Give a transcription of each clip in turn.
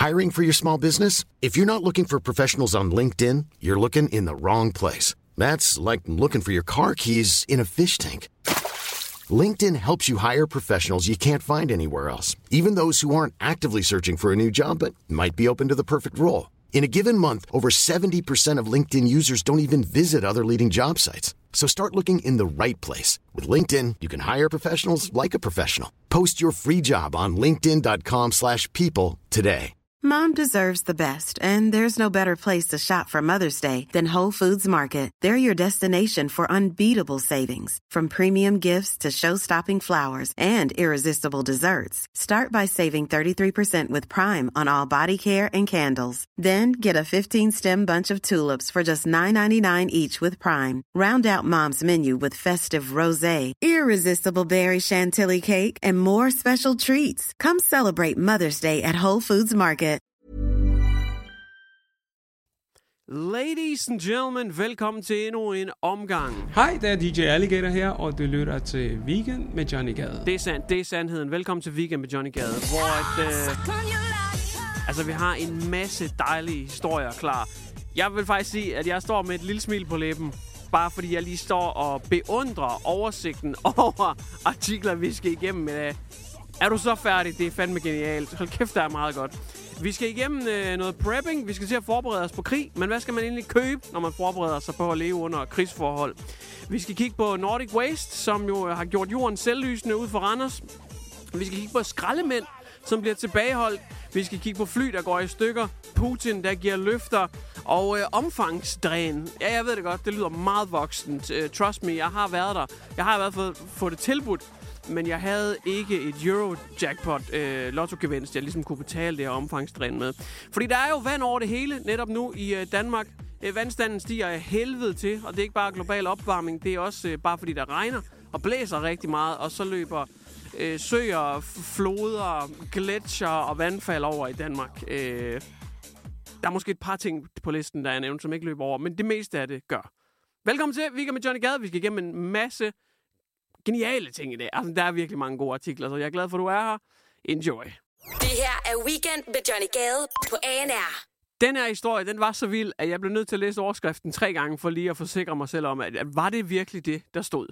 Hiring for your small business? If you're not looking for professionals on LinkedIn, you're looking in the wrong place. That's like looking for your car keys in a fish tank. LinkedIn helps you hire professionals you can't find anywhere else, even those who aren't actively searching for a new job but might be open to the perfect role. In a given month, over 70% of LinkedIn users don't even visit other leading job sites. So start looking in the right place. With LinkedIn, you can hire professionals like a professional. Post your free job on linkedin.com/people today. Mom deserves the best, and there's no better place to shop for Mother's Day than Whole Foods Market. They're your destination for unbeatable savings, from premium gifts to show-stopping flowers and irresistible desserts. Start by saving 33% with Prime on all body care and candles. Then get a 15-stem bunch of tulips for just $9.99 each with Prime. Round out Mom's menu with festive rosé, irresistible berry chantilly cake, and more special treats. Come celebrate Mother's Day at Whole Foods Market. Ladies and gentlemen, velkommen til endnu en omgang. Hej, det er DJ Alligator her, og du lytter til Weekend med Johnny Gade. Det er sandt, det er sandheden. Velkommen til Weekend med Johnny Gade, hvor vi har en masse dejlige historier klar. Jeg vil faktisk sige, at jeg står med et lille smil på læben, bare fordi jeg lige står og beundrer oversigten over artikler, vi skal igennem i dag. Er du så færdig? Det er fandme genialt. Hold kæft, der er meget godt. Vi skal igennem noget prepping. Vi skal til at forberede os på krig. Men hvad skal man egentlig købe, når man forbereder sig på at leve under krigsforhold? Vi skal kigge på Nordic Waste, som jo har gjort jorden selvlysende ud for Randers. Vi skal kigge på skraldemænd, som bliver tilbageholdt. Vi skal kigge på fly, der går i stykker. Putin, der giver løfter. Og omfangsdræn. Ja, jeg ved det godt. Det lyder meget voksent. Trust me, jeg har været der. Jeg har i hvert fald fået det tilbudt. Men jeg havde ikke et Eurojackpot lottogevinst, jeg ligesom kunne betale det her omfangsdræn med. Fordi der er jo vand over det hele netop nu i Danmark. Vandstanden stiger af helvede til, og det er ikke bare global opvarmning. Det er også bare fordi der regner og blæser rigtig meget, og så løber søer, floder, gletsjer og vandfald over i Danmark. Der er måske et par ting på listen, der er nævnt, som ikke løber over, men det meste af det gør. Velkommen til Weekend med Johnny Gade. Vi skal igennem en masse geniale ting i dag. Altså, der er virkelig mange gode artikler, så jeg er glad for, at du er her. Enjoy. Det her er Weekend med Johnny Gade på ANR. Den her historie, den var så vild, at jeg blev nødt til at læse overskriften 3 gange, for lige at forsikre mig selv om, at var det virkelig det, der stod?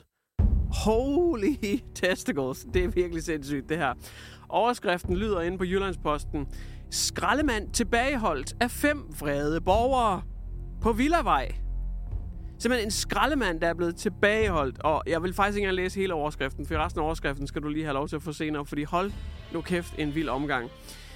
Holy testicles. Det er virkelig sindssygt, det her. Overskriften lyder inde på Jyllandsposten. Skraldemand tilbageholdt af 5 vrede borgere på Villavej. Simpelthen en skraldemand, der er blevet tilbageholdt. Og jeg vil faktisk ikke engang læse hele overskriften, for resten af overskriften skal du lige have lov til at få senere, fordi hold nu kæft, en vild omgang.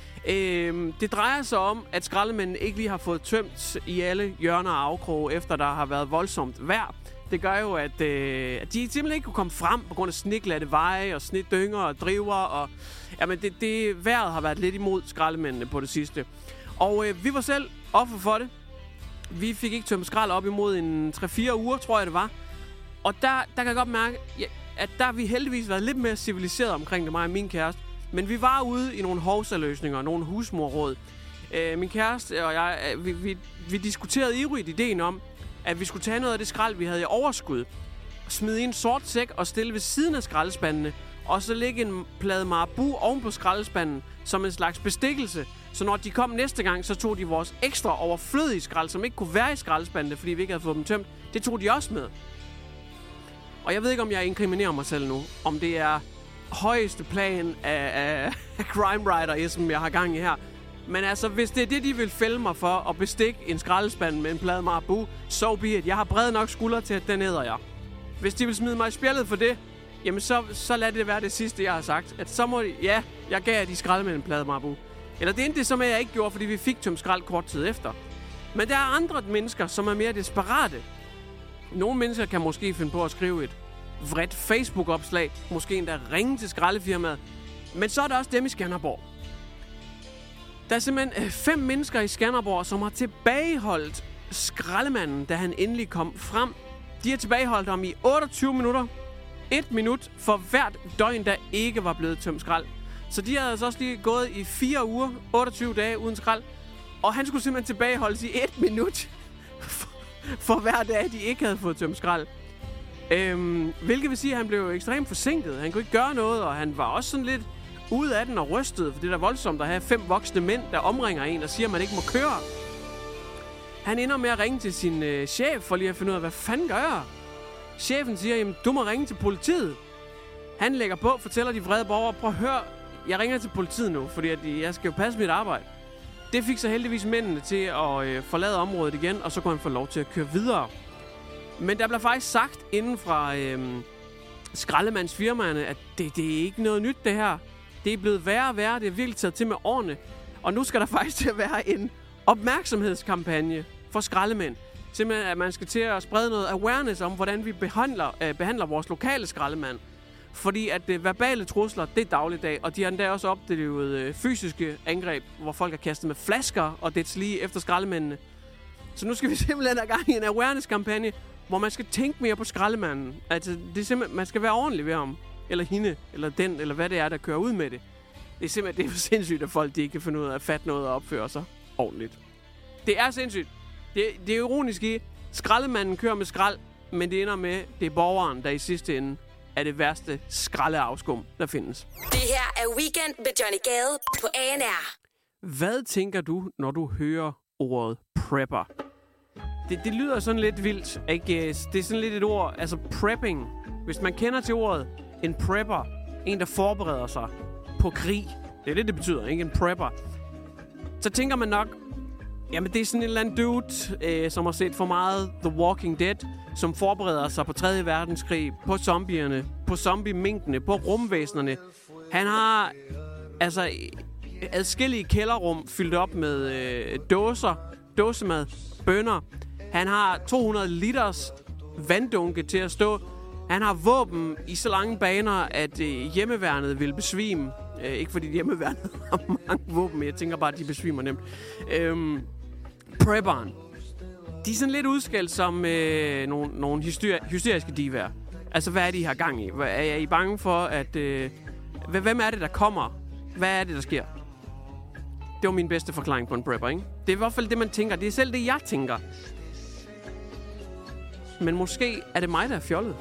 Det drejer sig om, at skraldemændene ikke lige har fået tømt i alle hjørner og afkroge, efter der har været voldsomt vejr. Det gør jo, at de simpelthen ikke kunne komme frem på grund af sneglatte veje og snedynger og driver. Og, jamen, vejret har været lidt imod skraldemændene på det sidste. Og vi var selv offer for det. Vi fik ikke tømt skrald op imod en 3-4 uger, tror jeg det var. Og der kan jeg godt mærke, at der har vi heldigvis været lidt mere civiliseret omkring det, mig og min kæreste. Men vi var ude i nogle hovsaløsninger, nogle husmorråd. Min kæreste og jeg, vi diskuterede ivrigt ideen om, at vi skulle tage noget af det skrald, vi havde i overskud, smide i en sort sæk og stille ved siden af skraldespandene, og så lægge en plade marabu oven på skraldespanden som en slags bestikkelse. Så når de kom næste gang, så tog de vores ekstra overflødige skrald, som ikke kunne være i skraldespandene, fordi vi ikke havde fået dem tømt. Det tog de også med. Og jeg ved ikke, om jeg inkriminerer mig selv nu. Om det er højeste plan af crime writer-ism, jeg har gang i her. Men altså, hvis det er det, de vil fælde mig for, at bestikke en skraldespand med en plade marabu, so be it. Jeg har brede nok skuldre til, at den æder jeg. Hvis de vil smide mig i spjældet for det, jamen så lad det være det sidste, jeg har sagt. At så må de, ja, jeg gav de skrald med en plade marabu. Eller det endte det, som jeg ikke gjorde, fordi vi fik tømt skrald kort tid efter. Men der er andre mennesker, som er mere desperate. Nogle mennesker kan måske finde på at skrive et vredt Facebook-opslag, måske endda ringe til skraldefirmaet. Men så er der også dem i Skanderborg. Der er simpelthen 5 mennesker i Skanderborg, som har tilbageholdt skraldemanden, da han endelig kom frem. De har tilbageholdt ham i 28 minutter. 1 minut for hvert døgn, der ikke var blevet tømt skrald. Så de havde altså også lige gået i 4 uger, 28 dage uden skrald. Og han skulle simpelthen tilbageholdes i 1 minut for hver dag, de ikke havde fået tømt skrald. Hvilket vil sige, at han blev ekstremt forsinket. Han kunne ikke gøre noget, og han var også sådan lidt ude af den og rystede, for det er da voldsomt at have 5 voksne mænd, der omringer en og siger, at man ikke må køre. Han ender med at ringe til sin chef for lige at finde ud af, hvad fanden gør jeg? Chefen siger, jamen du må ringe til politiet. Han lægger på, fortæller de vrede borgere, prøv at høre, jeg ringer til politiet nu, fordi at jeg skal jo passe mit arbejde. Det fik så heldigvis mændene til at forlade området igen, og så kunne han få lov til at køre videre. Men der blev faktisk sagt inden fra skraldemandsfirmaerne, at det er ikke noget nyt det her. Det er blevet værre og værre, det er virkelig taget til med årene. Og nu skal der faktisk til at være en opmærksomhedskampagne for skraldemænd. Simpelthen, at man skal til at sprede noget awareness om, hvordan vi behandler vores lokale skraldemand. Fordi at verbale trusler, det er dagligdag, og de har endda også oplevet fysiske angreb, hvor folk er kastet med flasker og det lige efter skraldemændene. Så nu skal vi simpelthen have gang i en awareness-kampagne, hvor man skal tænke mere på skraldemanden. Altså, det er simpelthen, man skal være ordentlig ved ham, eller hende, eller den, eller hvad det er, der kører ud med det. Det er simpelthen for sindssygt, at folk de ikke kan finde ud af at fatte noget og opføre sig ordentligt. Det er sindssygt. Det er ironisk i, skraldemanden kører med skrald, men det ender med, det er borgeren, der i sidste ende er det værste skraldeafskum, der findes. Det her er Weekend med Johnny Gade på ANR. Hvad tænker du, når du hører ordet prepper? Det lyder sådan lidt vildt, ikke? Det er sådan lidt et ord, altså prepping. Hvis man kender til ordet en prepper, en der forbereder sig på krig, det er det betyder, ikke? En prepper. Så tænker man nok, jamen det er sådan en eller anden dude, som har set for meget The Walking Dead, som forbereder sig på 3. verdenskrig, på zombierne, på zombie-minkene, på rumvæsenerne. Han har altså adskillige kælderrum fyldt op med dåsemad, bønner. Han har 200 liters vanddunke til at stå. Han har våben i så lange baner, at hjemmeværnet vil besvime. Ikke fordi hjemmeværnet har mange våben, men jeg tænker bare, at de besvimer nemt. Prepperen. De er sådan lidt udskældt som nogle hysteriske divaer. Altså, hvad er det, I har gang i? Er I bange for, at... hvem er det, der kommer? Hvad er det, der sker? Det var min bedste forklaring på en prepper, ikke? Det er i hvert fald det, man tænker. Det er selv det, jeg tænker. Men måske er det mig, der er fjollet.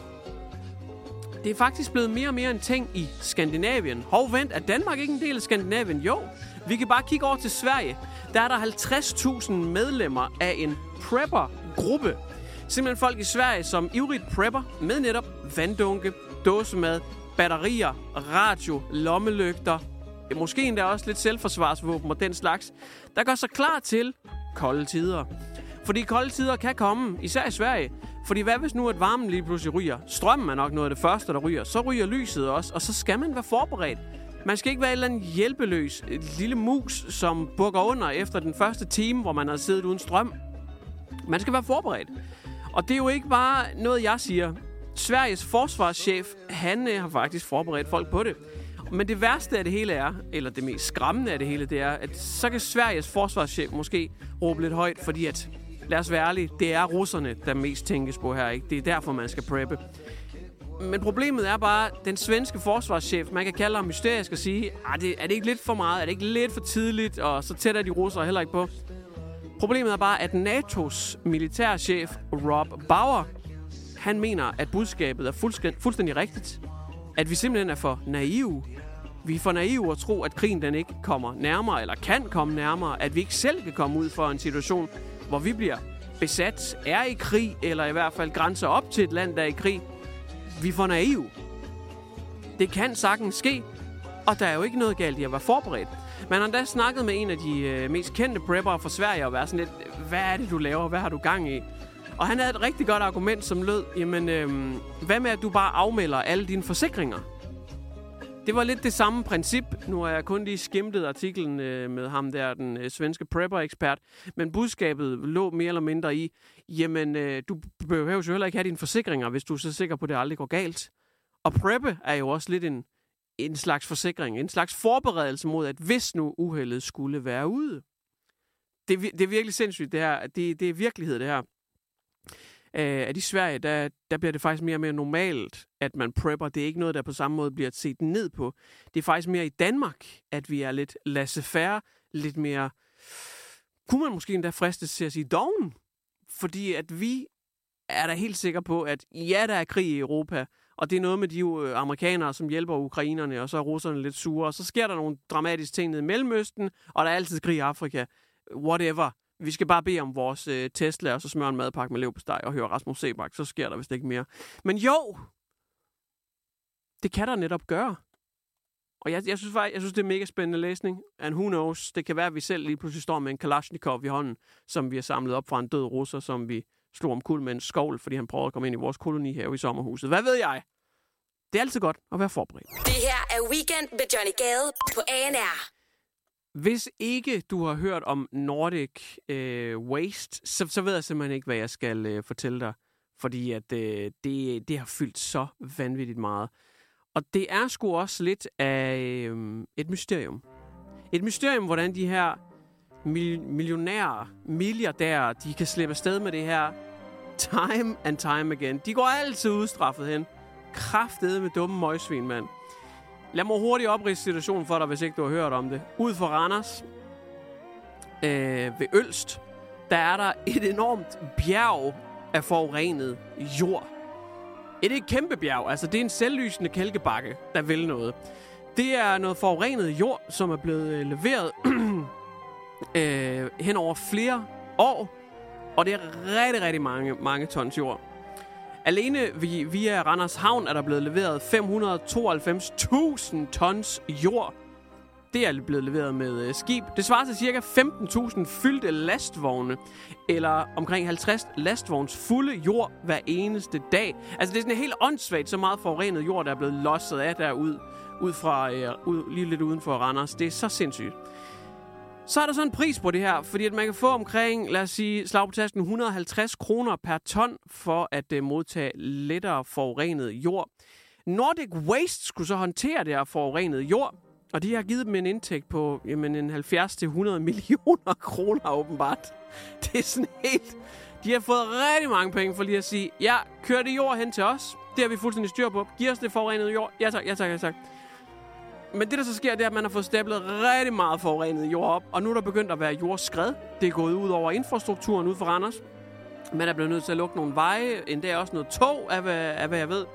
Det er faktisk blevet mere og mere en ting i Skandinavien. Hov, vent, er Danmark ikke en del af Skandinavien? Jo, vi kan bare kigge over til Sverige. Der er der 50.000 medlemmer af en prepper-gruppe. Simpelthen folk i Sverige, som ivrigt prepper med netop vanddunke, dåsemad, batterier, radio, lommelygter, måske endda også lidt selvforsvarsvåben og den slags, der gør sig klar til kolde tider. Fordi kolde tider kan komme, især i Sverige. Fordi hvad hvis nu, at varmen lige pludselig ryger? Strømmen er nok noget af det første, der ryger. Så ryger lyset også, og så skal man være forberedt. Man skal ikke være et eller andet hjælpeløs lille mus, som bukker under efter den første time, hvor man har siddet uden strøm. Man skal være forberedt. Og det er jo ikke bare noget, jeg siger. Sveriges forsvarschef, han har faktisk forberedt folk på det. Men det værste af det hele er, eller det mest skræmmende af det hele, det er, at så kan Sveriges forsvarschef måske råbe lidt højt, fordi at, lad os være ærlige, det er russerne, der mest tænkes på her, ikke? Det er derfor, man skal preppe. Men problemet er bare, den svenske forsvarschef, man kan kalde ham mysterisk og sige, er det ikke lidt for meget, er det ikke lidt for tidligt, og så tæt er de russere heller ikke på. Problemet er bare, at NATO's militærchef, Rob Bauer, han mener, at budskabet er fuldstændig rigtigt. At vi simpelthen er for naive. Vi er for naive at tro, at krigen den ikke kommer nærmere, eller kan komme nærmere. At vi ikke selv kan komme ud for en situation, hvor vi bliver besat, er i krig, eller i hvert fald grænser op til et land, der er i krig. Vi er for naive. Det kan sagtens ske, og der er jo ikke noget galt i at være forberedt. Man har endda snakket med en af de mest kendte preppere fra Sverige og været sådan lidt, hvad er det, du laver? Hvad har du gang i? Og han havde et rigtig godt argument, som lød, jamen, hvad med, at du bare afmelder alle dine forsikringer? Det var lidt det samme princip. Nu har jeg kun lige skimtet artiklen med ham der, den svenske prepper-ekspert. Men budskabet lå mere eller mindre i, jamen, du behøver jo heller ikke have dine forsikringer, hvis du er så sikker på, at det aldrig går galt. Og preppe er jo også lidt en slags forsikring, en slags forberedelse mod, at hvis nu uheldet skulle være ude. Det er virkelig sindssygt, det her. Det er virkelighed, det her. At i Sverige, der bliver det faktisk mere og mere normalt, at man prepper. Det er ikke noget, der på samme måde bliver set ned på. Det er faktisk mere i Danmark, at vi er lidt laissez-faire, lidt mere, kunne man måske endda fristes til at sige doven. Fordi at vi er da helt sikre på, at ja, der er krig i Europa, og det er noget med de amerikanere, som hjælper ukrainerne, og så er russerne lidt sure, og så sker der nogle dramatiske ting nede i Mellemøsten, og der er altid krig i Afrika. Whatever. Vi skal bare bede om vores Tesla, og så smøre en madpakke med leverpostej og høre Rasmus Sebak, så sker der vist ikke mere. Men jo, det kan der netop gøre. Og jeg synes det er mega spændende læsning. And who knows, det kan være, at vi selv lige pludselig står med en Kalashnikov i hånden, som vi har samlet op fra en død russer, som vi slog omkuld med en skovl, fordi han prøvede at komme ind i vores kolonihave i sommerhuset. Hvad ved jeg? Det er altid godt at være forberedt. Det her er Weekend med Johnny Gade på ANR. Hvis ikke du har hørt om Nordic Waste, så ved jeg simpelthen ikke, hvad jeg skal fortælle dig. Fordi at det har fyldt så vanvittigt meget. Og det er sgu også lidt af et mysterium. Et mysterium, hvordan de her milliardærer, de kan slippe afsted med det her time and time again. De går altid udstraffet hen. Kraftede med dumme møgsvin, mand. Lad mig hurtigt opridse situationen for dig, hvis ikke du har hørt om det. Ud for Randers, ved Ølst, der er der et enormt bjerg af forurenet jord. Det er et kæmpe bjerg. Altså, det er en selvlysende kælkebakke, der vil noget. Det er noget forurenet jord, som er blevet leveret hen over flere år. Og det er rigtig, rigtig mange tons jord. Alene via Randers Havn er der blevet leveret 592.000 tons jord. Det er blevet leveret med skib. Det svarer til ca. 15.000 fyldte lastvogne, eller omkring 50 lastvogns fulde jord hver eneste dag. Altså det er sådan helt åndssvagt, så meget forurenet jord, der er blevet losset af derude, lige lidt uden for Randers. Det er så sindssygt. Så er der så en pris på det her, fordi at man kan få omkring, lad os sige, slag på tasken 150 kroner per ton for at modtage lettere forurenet jord. Nordic Waste skulle så håndtere det her forurenet jord, og de har givet dem en indtægt på en 70-100 millioner kroner åbenbart. Det er sådan helt... De har fået rigtig mange penge for lige at sige, ja, kør det jord hen til os. Det har vi fuldstændig styr på. Giv os det forurenet jord. Ja tak, ja tak, ja tak. Men det, der så sker, det er, at man har fået stablet rigtig meget forurenet jord op, og nu er der begyndt at være jordskred. Det er gået ud over infrastrukturen ud for Randers. Man er blevet nødt til at lukke nogle veje, endda også noget tog, af hvad jeg ved.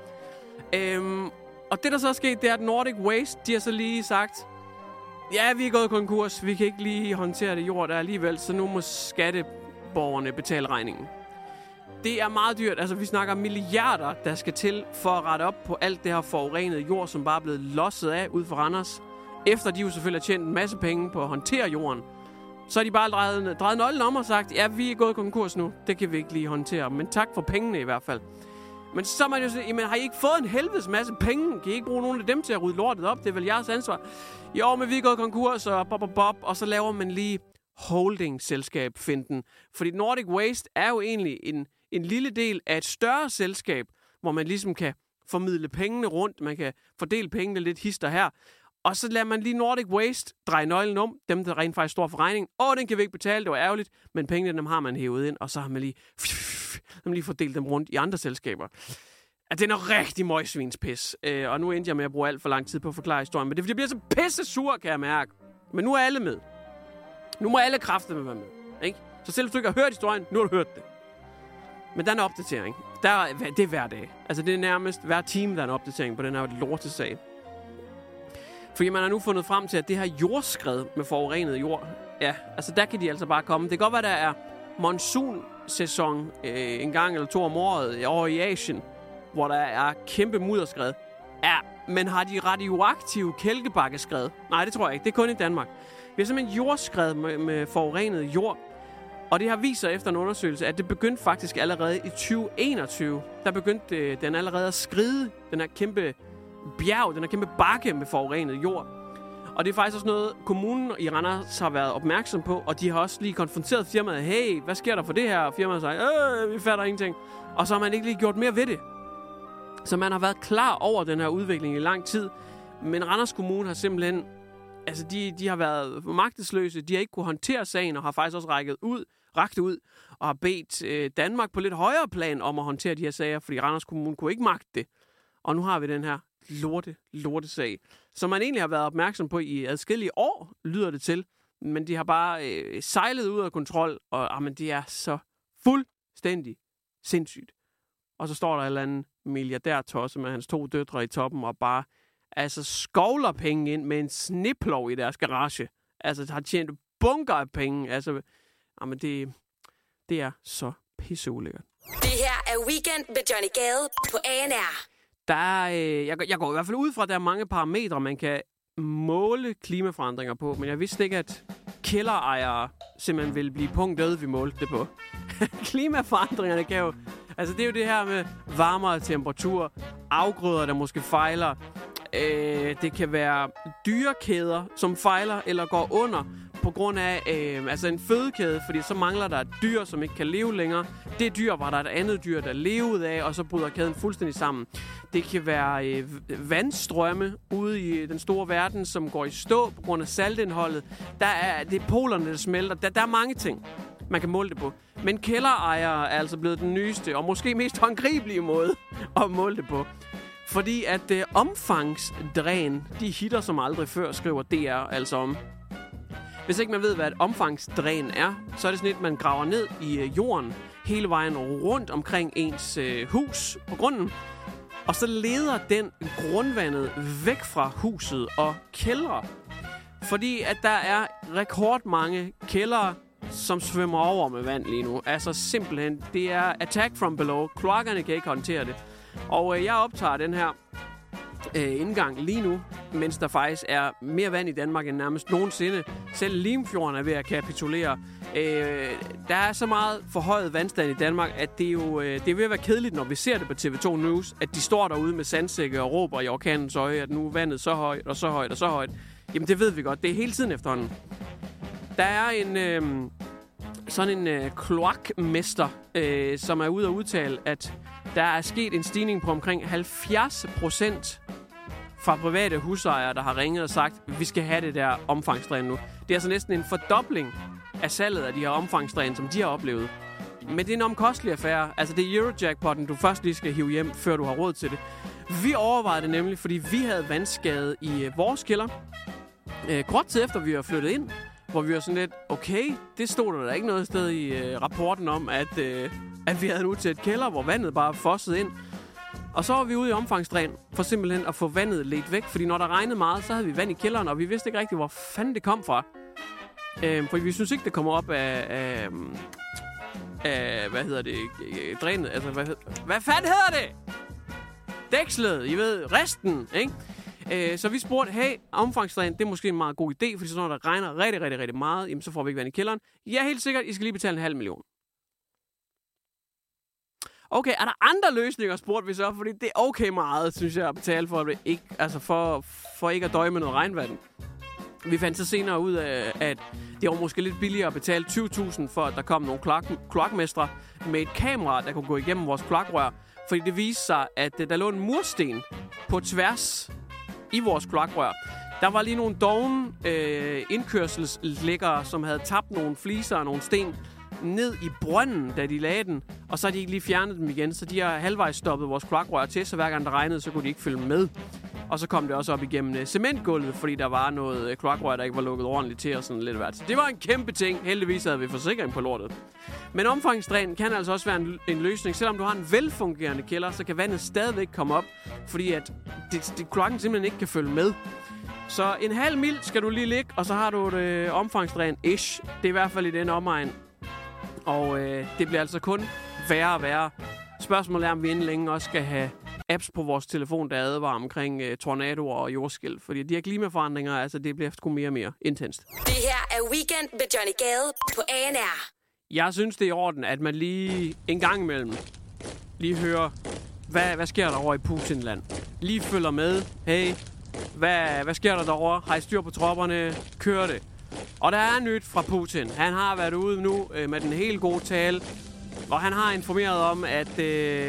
Og det, der så er sket, det er, at Nordic Waste, de har så lige sagt, ja, vi er gået konkurs, vi kan ikke lige håndtere det jord der alligevel, så nu må skatteborgerne betale regningen. Det er meget dyrt. Altså, vi snakker milliarder, der skal til for at rette op på alt det her forurenede jord, som bare er blevet losset af ud for Randers. Efter de jo selvfølgelig har tjent en masse penge på at håndtere jorden, så har de bare drejet nøglen om og sagt, ja, vi er gået konkurs nu. Det kan vi ikke lige håndtere, men tak for pengene i hvert fald. Men så er man jo sige, jamen har I ikke fået en helvedes masse penge? Kan I ikke bruge nogen af dem til at rydde lortet op? Det er vel jeres ansvar. Jo, men vi er gået konkurs og bob, og så laver man lige holding-selskab-finden. Fordi Nordic Waste er jo egentlig en lille del af et større selskab, hvor man ligesom kan formidle pengene rundt, man kan fordele pengene lidt hister her, og så lader man lige Nordic Waste dreje nøglen om, dem der rent faktisk står for regningen. Den kan vi ikke betale, det var ærgerligt, men pengene dem har man hævet ind, og så har man lige fordelt dem rundt i andre selskaber. Det er noget rigtig møgsvinspis, og nu endte jeg med at bruge alt for lang tid på at forklare historien, men det bliver så pisse sur, kan jeg mærke. Men nu er alle med. Nu må alle kræfter være med, ikke? Så selv hvis du ikke har hørt historien, nu har du hørt det. Men der er en opdatering. Det er hver dag. Altså det er nærmest hver time, der er en opdatering på den her lortesag. Fordi man har nu fundet frem til, at det her jordskred med forurenet jord, ja, altså der kan de altså bare komme. Det kan godt være, der er monsunsæson en gang eller to om året over i Asien, hvor der er kæmpe mudderskred. Ja, men har de radioaktive kælkebakkeskred? Nej, det tror jeg ikke. Det er kun i Danmark. Vi har simpelthen jordskred med forurenet jord. Og det har vist sig efter en undersøgelse, at det begyndte faktisk allerede i 2021. Der begyndte den allerede at skride, den her kæmpe bjerg, den her kæmpe bakke med forurenet jord. Og det er faktisk også noget, kommunen i Randers har været opmærksom på, og de har også lige konfronteret firmaet, hey, hvad sker der for det her? Og firmaet siger, vi fatter ingenting. Og så har man ikke lige gjort mere ved det. Så man har været klar over den her udvikling i lang tid, men Randers Kommune har simpelthen, altså de har været magtesløse, de har ikke kunne håndtere sagen, og har faktisk også rakt ud, og har bedt Danmark på lidt højere plan om at håndtere de her sager, fordi Randers Kommune kunne ikke magte det. Og nu har vi den her lortesag, som man egentlig har været opmærksom på i adskillige år, lyder det til, men de har bare sejlet ud af kontrol, og det er så fuldstændig sindssygt. Og så står der et eller andet milliardærtosse med hans 2 døtre i toppen, og bare skovler penge ind med en sniplov i deres garage. Altså, har tjent bunker af penge. Altså, jamen det er så pisseulækkert. Det her er Weekend med Johnny Gade på ANR. Jeg går i hvert fald ud fra, at der er mange parametre, man kan måle klimaforandringer på, men jeg vidste ikke, at kælderejere simpelthen ville blive punktdøde, vi målte det på. Klimaforandringerne kan jo... Altså, det er jo det her med varmere temperatur, afgrøder, der måske fejler. Det kan være dyrekæder, som fejler eller går under på grund af en fødekæde, fordi så mangler der et dyr, som ikke kan leve længere. Det dyr var der et andet dyr, der levede af, og så bryder kæden fuldstændig sammen. Det kan være vandstrømme ude i den store verden, som går i stå på grund af saltindholdet. Det er polerne, der smelter. Der er mange ting, man kan måle det på. Men kælderejere er altså blevet den nyeste og måske mest håndgribelige måde at måle det på. Fordi at omfangsdræn, de hitter som aldrig før, skriver DR altså om. Hvis ikke man ved, hvad et omfangsdræn er, så er det sådan et, man graver ned i jorden hele vejen rundt omkring ens hus på grunden. Og så leder den grundvandet væk fra huset og kældre. Fordi at der er rekordmange kældre, som svømmer over med vand lige nu. Altså simpelthen, det er attack from below. Kloakkerne kan ikke håndtere det. Og jeg optager den her indgang lige nu, mens der faktisk er mere vand i Danmark end nærmest nogensinde. Selv Limfjorden er ved at kapitulere. Der er så meget forhøjet vandstand i Danmark, at det er ved at være kedeligt, når vi ser det på TV2 News, at de står derude med sandsække og råber i orkanens øje, at nu er vandet så højt og så højt og så højt. Jamen det ved vi godt. Det er hele tiden efterhånden. Der er en kloakmester, som er ude at udtale, at der er sket en stigning på omkring 70% fra private husejere, der har ringet og sagt, at vi skal have det der omfangsdræn nu. Det er altså næsten en fordobling af salget af de her omfangsdræn, som de har oplevet. Men det er en omkostelig affære. Altså det er Eurojackpotten, du først lige skal hive hjem, før du har råd til det. Vi overvejede det nemlig, fordi vi havde vandskade i vores kælder. Kort tid efter vi var flyttet ind, hvor vi var sådan lidt, okay, det stod der ikke noget sted i rapporten om, at vi havde en utæt kælder, hvor vandet bare fossede ind. Og så var vi ude i omfangsdræn for simpelthen at få vandet ledt væk, fordi når der regnede meget, så havde vi vand i kælderen, og vi vidste ikke rigtig, hvor fanden det kom fra. For vi synes ikke, det kommer op af drænet, altså, hvad fanden hedder det? Dækslet, I ved, resten, ikke? Så vi spurgte, hey, omfangsdræn, det er måske en meget god idé, fordi så når der regner rigtig, rigtig, rigtig meget, jamen, så får vi ikke vand i kælderen. Ja, helt sikkert, I skal lige betale 500.000. Okay, er der andre løsninger, spurgte vi så, fordi det er okay meget, synes jeg, at betale for det ikke, altså for ikke at døje med noget regnvand. Vi fandt så senere ud af, at det var måske lidt billigere at betale 20.000 for, at der kom nogle kloakmestre med et kamera, der kunne gå igennem vores kloakrør. Fordi det viste sig, at der lå en mursten på tværs i vores kloakrør. Der var lige nogle dogne indkørselslæggere, som havde tabt nogle fliser og nogle sten ned i brønden, da de lagde den. Og så har de ikke lige fjernet dem igen, så de har halvvejs stoppet vores kloakrør til, så hver gang der regnede, så kunne de ikke følge med. Og så kom det også op igennem cementgulvet, fordi der var noget kloakrør, der ikke var lukket ordentligt til og sådan lidt hvert. Så det var en kæmpe ting. Heldigvis havde vi forsikring på lortet. Men omfangsdræn kan altså også være en løsning. Selvom du har en velfungerende kælder, så kan vandet stadigvæk komme op, fordi at kloakken simpelthen ikke kan følge med. Så 0,5 mil skal du lige ligge, og så har du et omfangsdræn-ish. Det er i hvert fald i den omegn. Og det bliver altså kun værre og værre. Spørgsmålet er, om vi inden længe også skal have apps på vores telefon, der advarer omkring tornadoer og jordskælv. Fordi de her klimaforandringer, altså det bliver sgu mere og mere intenst. Det her er Weekend med Johnny Gade på ANR. Jeg synes, det er i orden, at man lige en gang imellem lige hører, hvad sker der over i Putinland? Lige følger med. Hey, hvad sker der derovre? Har I styr på tropperne? Kør det. Og der er nyt fra Putin. Han har været ude nu med den helt gode tale. Og han har informeret om, at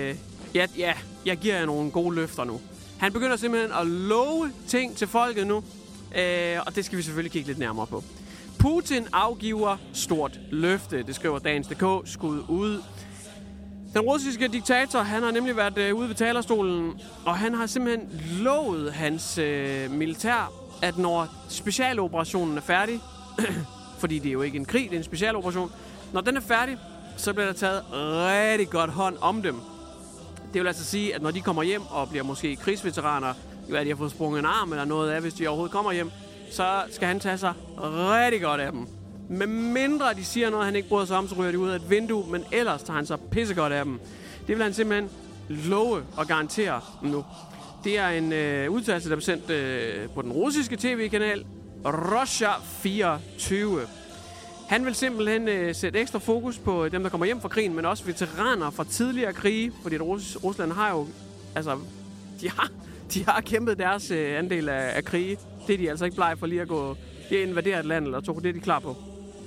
jeg giver jer nogle gode løfter nu. Han begynder simpelthen at love ting til folket nu. Og det skal vi selvfølgelig kigge lidt nærmere på. Putin afgiver stort løfte. Det skriver Dagens.dk. Skud ud. Den russiske diktator, han har nemlig været ude ved talerstolen. Og han har simpelthen lovet hans militær, at når specialoperationen er færdig, fordi det er jo ikke en krig, det er en specialoperation. Når den er færdig, så bliver der taget rigtig godt hånd om dem. Det vil altså sige, at når de kommer hjem og bliver måske krigsveteraner, at de har fået sprunget en arm eller noget af, hvis de overhovedet kommer hjem, så skal han tage sig rigtig godt af dem. Med mindre de siger noget, han ikke bryder sig om, så ryger de ud af et vindue, men ellers tager han sig pissegodt af dem. Det vil han simpelthen love og garantere nu. Det er en udtalelse, der er sendt på den russiske tv-kanal Russia 24. Han vil simpelthen sætte ekstra fokus på dem, der kommer hjem fra krigen, men også veteraner fra tidligere krige, fordi Rusland har jo, altså, de har kæmpet deres andel af krige. Det er de altså ikke blege for lige at gå, det invadere et land eller to, det er de klar på.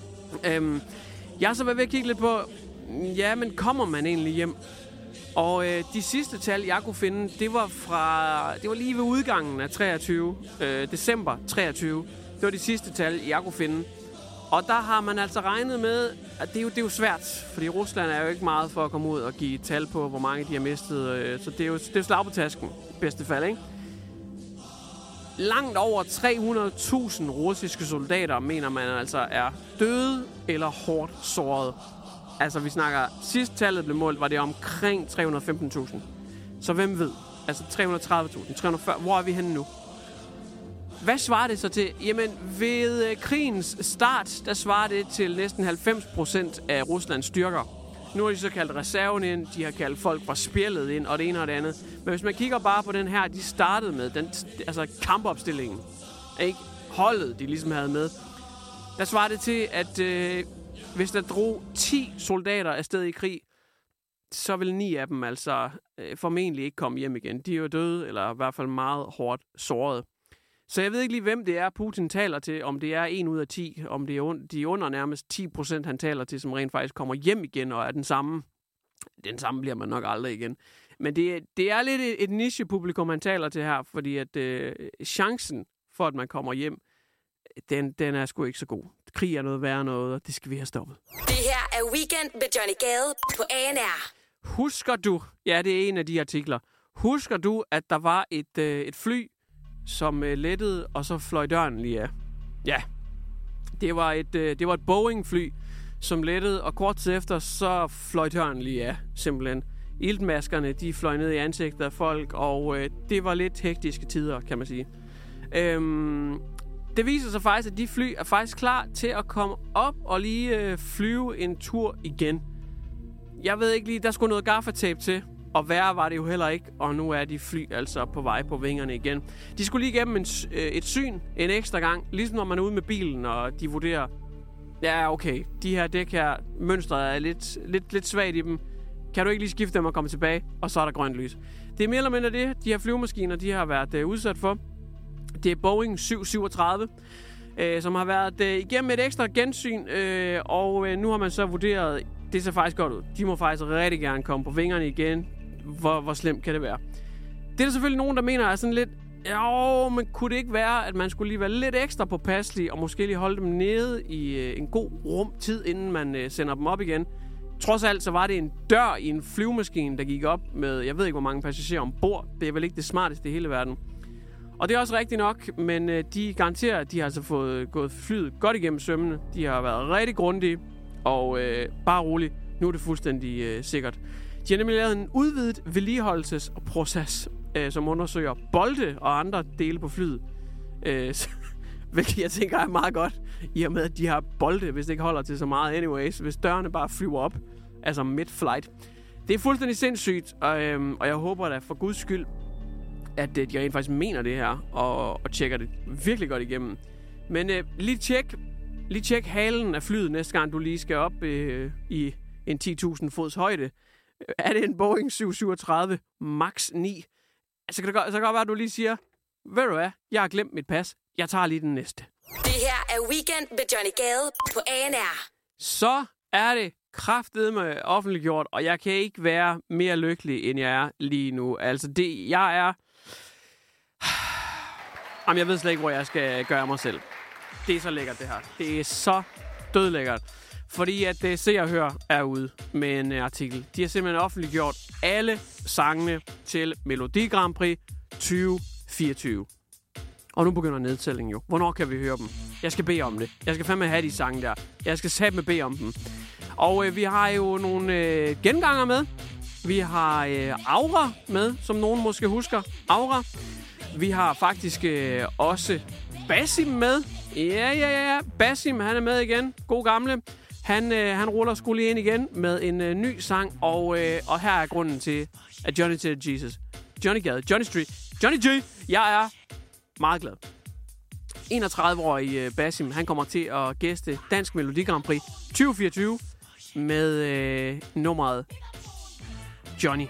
Jeg har så været ved at kigge lidt på, ja, men kommer man egentlig hjem? Og de sidste tal, jeg kunne finde, det var lige ved udgangen af 23, december 23. Det var de sidste tal, jeg kunne finde. Og der har man altså regnet med, at det er jo svært, fordi Rusland er jo ikke meget for at komme ud og give tal på, hvor mange de har mistet. Så det er jo slag på tasken, i bedste fald, ikke? Langt over 300.000 russiske soldater, mener man altså, er døde eller hårdt såret. Altså, vi snakker, sidst tallet blev målt, var det omkring 315.000. Så hvem ved? Altså 330.000, 340. Hvor er vi henne nu? Hvad svarer det så til? Jamen, ved krigens start, der svarer det til næsten 90% af Ruslands styrker. Nu har de så kaldt reserven ind, de har kaldt folk fra spjældet ind, og det ene og det andet. Men hvis man kigger bare på den her, de startede med, altså kampopstillingen, ikke? Holdet, de ligesom havde med, der svarer det til, at hvis der drog 10 soldater afsted i krig, så vil 9 af dem altså formentlig ikke komme hjem igen. De er jo døde, eller i hvert fald meget hårdt såret. Så jeg ved ikke lige, hvem det er, Putin taler til, om det er 1 ud af 10, om det er de under nærmest 10%, han taler til, som rent faktisk kommer hjem igen og er den samme. Den samme bliver man nok aldrig igen. Men det er lidt et niche-publikum, han taler til her, fordi at chancen for, at man kommer hjem, den er sgu ikke så god. Krig er noget værre noget, og det skal vi have stoppet. Det her er Weekend med Johnny Gade på ANR. Husker du, ja, det er en af de artikler, husker du, at der var et fly, som lettede, og så fløj døren lige af? Ja, det var et Boeing-fly, som lettede, og kort tid efter, så fløj døren lige af, simpelthen. Iltmaskerne, de fløj ned i ansigtet af folk, og det var lidt hektiske tider, kan man sige. Det viser sig faktisk, at de fly er faktisk klar til at komme op og lige flyve en tur igen. Jeg ved ikke lige, der skulle noget gaffatape til, og værre var det jo heller ikke, og nu er de fly altså på vej på vingerne igen. De skulle lige igennem et syn en ekstra gang, ligesom når man er ude med bilen, og de vurderer, ja okay, de her dæk her, mønstret er lidt svagt i dem. Kan du ikke lige skifte dem og komme tilbage? Og så er der grønt lys. Det er mere eller mindre det, de her flyvemaskiner, de har været udsat for. Det er Boeing 737, som har været igennem et ekstra gensyn, og nu har man så vurderet, det ser faktisk godt ud. De må faktisk rigtig gerne komme på vingerne igen. Hvor slemt kan det være? Det er der selvfølgelig nogen, der mener er sådan lidt, jo, men kunne det ikke være, at man skulle lige være lidt ekstra påpasselig, og måske lige holde dem nede i en god rumtid, inden man sender dem op igen? Trods alt, så var det en dør i en flyvemaskine, der gik op med, jeg ved ikke, hvor mange passagerer ombord. Det er vel ikke det smarteste i hele verden. Og det er også rigtigt nok, men de garanterer, at de har altså fået gået flyet godt igennem sømmene. De har været rigtig grundige, og bare roligt, nu er det fuldstændig sikkert. De har nemlig lavet en udvidet vedligeholdelsesproces, som undersøger bolte og andre dele på flyet. Hvilket jeg tænker er meget godt, i og med, at de har bolte, hvis det ikke holder til så meget anyways, hvis dørene bare flyver op, altså mid-flight. Det er fuldstændig sindssygt, og jeg håber da for guds skyld, at de rent faktisk mener det her, og tjekker det virkelig godt igennem. Men lige tjek halen af flyet næste gang, du lige skal op i en 10.000 fods højde. Er det en Boeing 737 MAX 9? Altså, så kan det godt være, at du lige siger, ved du hvad, jeg har glemt mit pas. Jeg tager lige den næste. Det her er Weekend med Johnny Gade på ANR. Så er det kraftedeme offentliggjort, og jeg kan ikke være mere lykkelig, end jeg er lige nu. Altså, jeg er... Jamen, jeg ved slet ikke, hvor jeg skal gøre mig selv. Det er så lækkert, det her. Det er så dødlækkert. Fordi at Se og Hør er ude med en artikel. De har simpelthen offentliggjort alle sangene til Melodi Grand Prix 2024. Og nu begynder nedtællingen jo. Hvornår kan vi høre dem? Jeg skal bede om det. Jeg skal fandme have de sange der. Jeg skal satme bede om dem. Og vi har jo nogle genganger med. Vi har Aura med, som nogen måske husker. Aura. Vi har faktisk også Basim med. Ja. Basim, han er med igen. God gamle. Han ruller sgu lige ind igen med en ny sang. Og her er grunden til, at Johnny til Jesus. Johnny Gade. Johnny Street. Johnny G. Jeg er meget glad. 31-årig Basim, han kommer til at gæste Dansk Melodi Grand Prix 2024 med nummeret Johnny.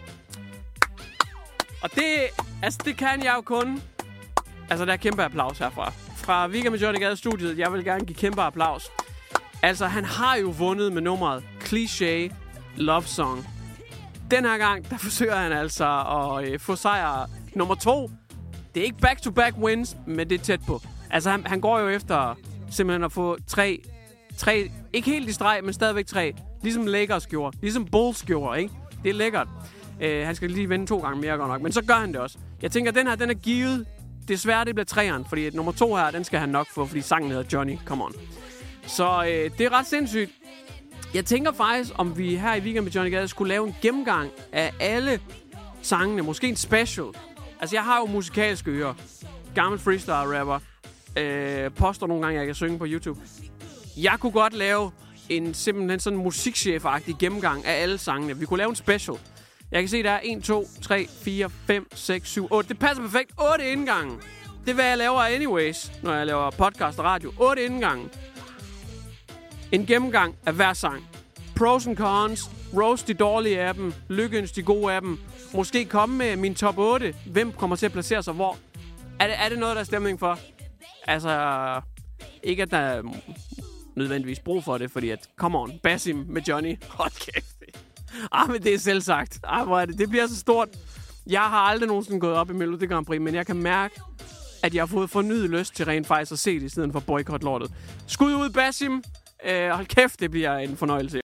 Og det kan jeg jo kun. Altså, der er kæmpe applaus herfra. Fra Weekend med Johnny Gade studiet. Jeg vil gerne give kæmpe applaus. Altså, han har jo vundet med nummeret Cliché Love Song. Den her gang, der forsøger han altså at få sejr nummer 2. Det er ikke back-to-back wins, men det er tæt på. Altså, han går jo efter simpelthen at få tre, ikke helt i streg, men stadigvæk 3. Ligesom Lakers gjorde. Ligesom Bulls gjorde, ikke? Det er lækkert. Han skal lige vinde 2 gange mere godt nok, men så gør han det også. Jeg tænker, den her, den er givet. Desværre, det bliver 3'eren, fordi nummer 2 her, den skal han nok få, fordi sangen hedder Johnny. Come on. Så det er ret sindssygt. Jeg tænker faktisk, om vi her i Weekend med Johnny Gade skulle lave en gennemgang af alle sangene. Måske en special. Altså, jeg har jo musikalske ører. Gammel freestyle-rapper. Poster nogle gange, jeg kan synge på YouTube. Jeg kunne godt lave simpelthen sådan en musikchef-agtig gennemgang af alle sangene. Vi kunne lave en special. Jeg kan se, der er 1, 2, 3, 4, 5, 6, 7, 8. Det passer perfekt. 8 indgange. Det er, hvad jeg laver anyways, når jeg laver podcast og radio. 8 indgange. En gennemgang af hver sang. Pros and cons. Roast de dårlige af dem. Lykøns de gode af dem. Måske komme med min top 8. Hvem kommer til at placere sig hvor? Er det noget, der er stemning for? Altså, ikke at der er nødvendigvis brug for det, fordi at, come on, Basim med Johnny. Hold kæft. Men det er selvsagt. Hvor er det? Det bliver så stort. Jeg har aldrig nogensinde gået op i Melodi Grand Prix, men jeg kan mærke, at jeg har fået fornyet lyst til rent faktisk at se det, i stedet for boykot-lortet. Skud ud, Basim. Hold kæft, det bliver en fornøjelse.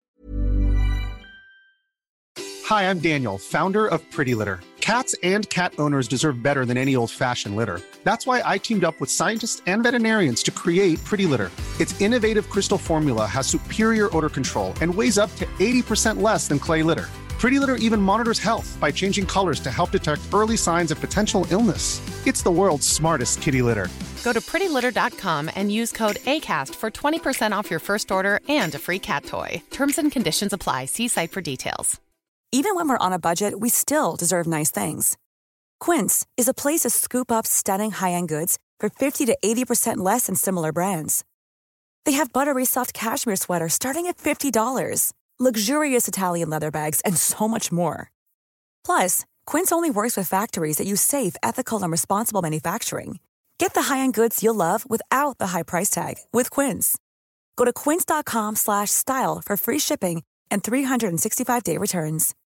Hi, I'm Daniel, founder of Pretty Litter. Cats and cat owners deserve better than any old-fashioned litter. That's why I teamed up with scientists and veterinarians to create Pretty Litter. Its innovative crystal formula has superior odor control and weighs up to 80% less than clay litter. Pretty Litter even monitors health by changing colors to help detect early signs of potential illness. It's the world's smartest kitty litter. Go to prettylitter.com and use code ACAST for 20% off your first order and a free cat toy. Terms and conditions apply. See site for details. Even when we're on a budget, we still deserve nice things. Quince is a place to scoop up stunning high-end goods for 50 to 80% less than similar brands. They have buttery soft cashmere sweaters starting at $50, luxurious Italian leather bags, and so much more. Plus, Quince only works with factories that use safe, ethical, and responsible manufacturing. Get the high-end goods you'll love without the high price tag with Quince. Go to quince.com/style for free shipping and 365-day returns.